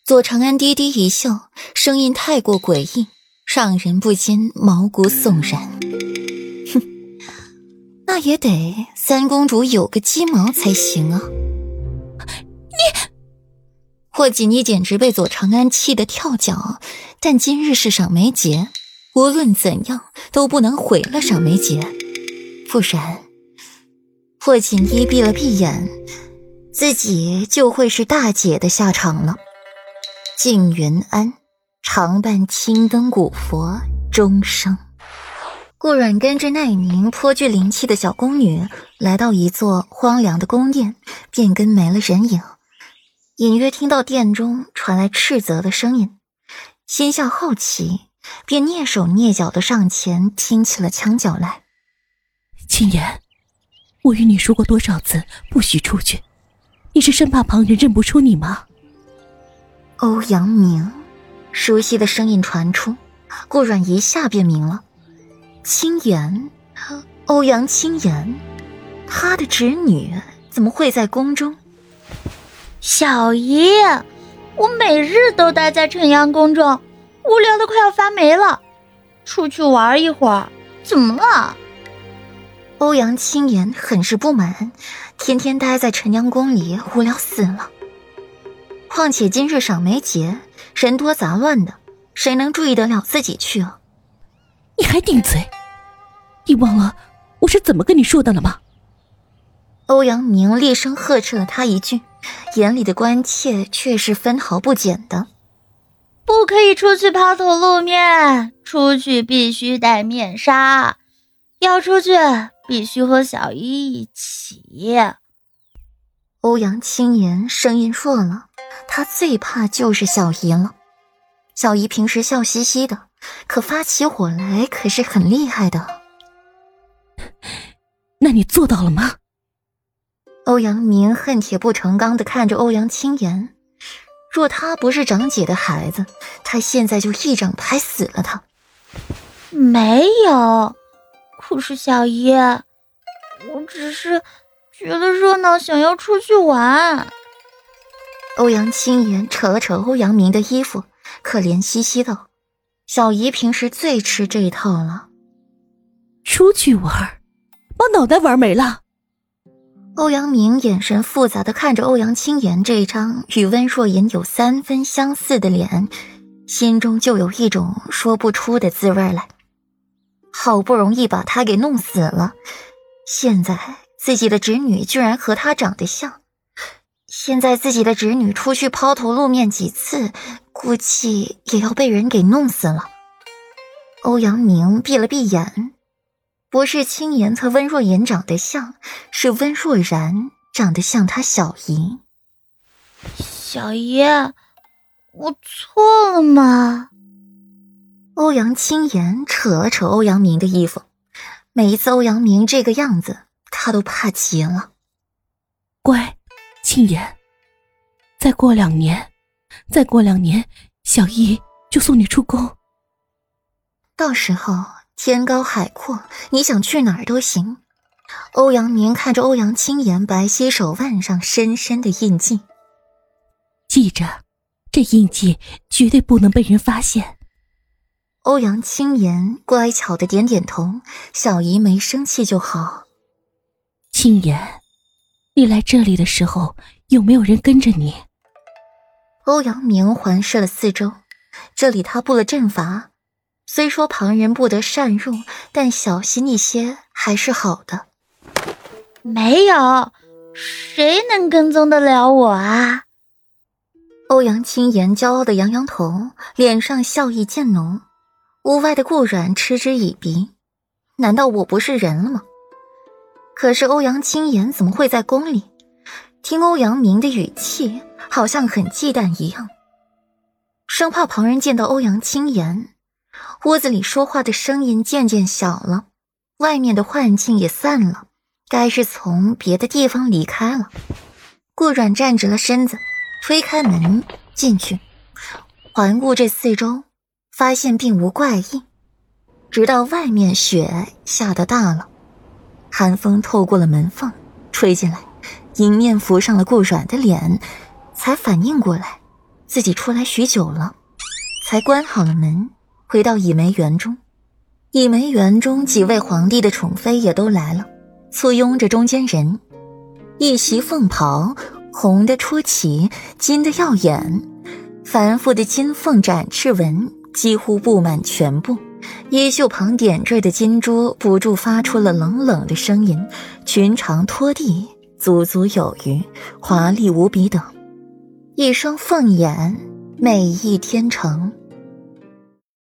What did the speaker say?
左长安低低一笑，声音太过诡异，让人不禁毛骨悚然。哼，那也得三公主有个鸡毛才行啊！霍锦衣简直被左长安气得跳脚，但今日是赏梅节，无论怎样都不能毁了赏梅节，不然霍锦衣闭了闭眼，自己就会是大姐的下场了。静云庵，常伴青灯古佛终生。顾阮跟着那名颇具灵气的小宫女来到一座荒凉的宫殿，便跟没了人影。隐约听到殿中传来斥责的声音，心下好奇，便蹑手蹑脚地上前听起了墙角来。 青言，我与你说过多少次不许出去，你是生怕旁人认不出你吗？ 欧阳明，熟悉的声音传出，顾阮一下便明了。青言，欧阳青言，他的侄女怎么会在宫中？ 小姨，我每日都待在晨阳宫中，无聊的快要发霉了，出去玩一会儿，怎么了？ 欧阳青言很是不满，天天待在晨阳宫里无聊死了。况且今日赏梅节，人多杂乱的，谁能注意得了自己去啊？ 你还顶嘴？你忘了我是怎么跟你说的了吗？ 欧阳明厉声呵斥了他一句，眼里的关切却是分毫不减的。 不可以出去抛头露面，出去必须戴面纱，要出去必须和小姨一起。 欧阳青言声音弱了，他最怕就是小姨了。小姨平时笑嘻嘻的，可发起火来可是很厉害的。 那你做到了吗？ 欧阳明恨铁不成钢地看着欧阳青言，若他不是长姐的孩子，他现在就一掌拍死了他。 没有，可是小姨，我只是觉得热闹，想要出去玩。 欧阳青言扯了扯欧阳明的衣服，可怜兮兮道：小姨平时最吃这一套了。 出去玩，把脑袋玩没了。 欧阳明眼神复杂地看着欧阳青言这张与温若隐有3分相似的脸，心中就有一种说不出的滋味来。好不容易把他给弄死了，现在自己的侄女居然和他长得像，现在自己的侄女出去抛头露面几次，估计也要被人给弄死了。欧阳明闭了闭眼，不是青言和温若言长得像，是温若然长得像他小姨。 小姨，我错了吗？ 欧阳青言扯了扯欧阳明的衣服，每一次欧阳明这个样子，他都怕极了。 乖，青言，再过2年，小姨就送你出宫。 到时候天高海阔，你想去哪儿都行。欧阳明看着欧阳青言白皙手腕上深深的印记， 记着，这印记绝对不能被人发现。 欧阳青言乖巧的点点头，小姨没生气就好。 青言，你来这里的时候有没有人跟着你？ 欧阳明环视了四周，这里他布了阵法，虽说旁人不得擅入，但小心一些还是好的。 没有，谁能跟踪得了我啊？ 欧阳青言骄傲的扬扬头，脸上笑意渐浓。屋外的顾阮嗤之以鼻，难道我不是人了吗？可是欧阳青言怎么会在宫里？听欧阳明的语气，好像很忌惮一样，生怕旁人见到欧阳青言。屋子里说话的声音渐渐小了，外面的幻境也散了，该是从别的地方离开了。顾阮站直了身子，推开门进去，环顾这四周，发现并无怪异，直到外面雪下得大了，寒风透过了门缝吹进来，迎面浮上了顾阮的脸，才反应过来， 自己出来许久了，才关好了门，回到倚梅园中。倚梅园中几位皇帝的宠妃也都来了，簇拥着中间人，一袭凤袍，红的出奇，金的耀眼，繁复的金凤展翅纹几乎布满全部，衣袖旁点缀的金珠不住发出了冷冷的声音，裙长拖地，足足有余，华丽无比等。一双凤眼，美意天成，